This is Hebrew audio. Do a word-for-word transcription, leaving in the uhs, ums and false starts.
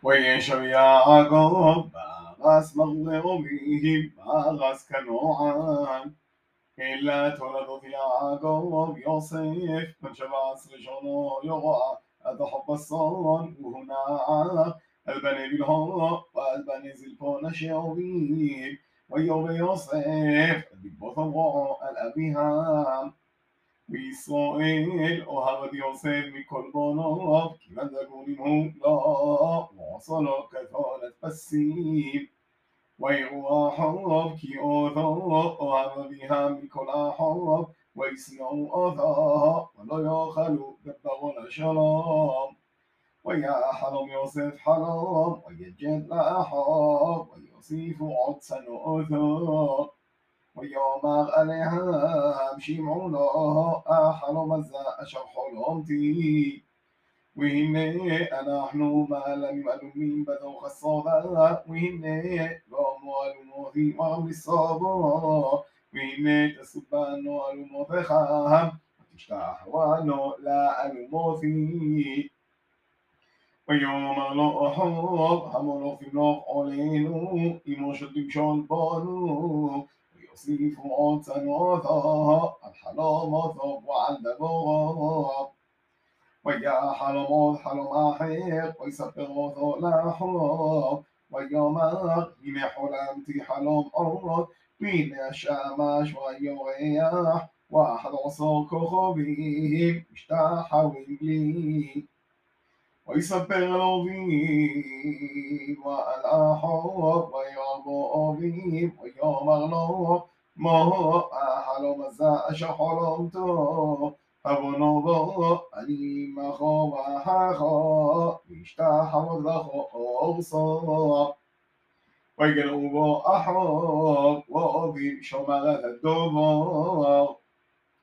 וישב יעקב בארץ מרומי בארץ כנוען אלא תולדות יעקב יוסף בן שבע עשרה שונו יורע אדחו בשון והונע על בני בלהו ועל בני זלפון אשר אביו ויאמר יוסף בגבות אמרו על אביהם וישראל אוהב את יוסף מכל בונו כי בדגונים הוא לו ועשה לו כתונת פסים ויראו החוב כי אותו אוהב אביהם מכל החוב וישנאו אותו ולא יאכלו בברו לשלום ויחלום יוסף חלום ויג'ד לאחוב ויוסיפו עוד צנועותו ויאמר עליהם שמעו לו החלום הזה אשר חלומתי והנה אנחנו מעלמים אלומים בתוך הסודה והנה לא אלומותי ומסובו והנה תסוד בנו אלומותיך ותשתחוונו לאלומותי ויאמר לו אחוב המולוך תמלוך עלינו אמו שתמשול בנו ויוסיפו עוד צנועותו על חלומותו ועל דברו ויחלום עוד חלום אחר ויספר אותו לאחוב ויאמר הנה חלמתי חלום עוד והנה השמש והירח ואחד עשר כוכבים משתחווים לי ויספר לו אביו ועל אחוב ויבוא אביו ויאמר לו מה החלום הזה אשר חלמתו הבונו בו אני עמך ואחך והשתחוות לכו ארצו ויגלו בו אחוב ואביו שומר את הדבר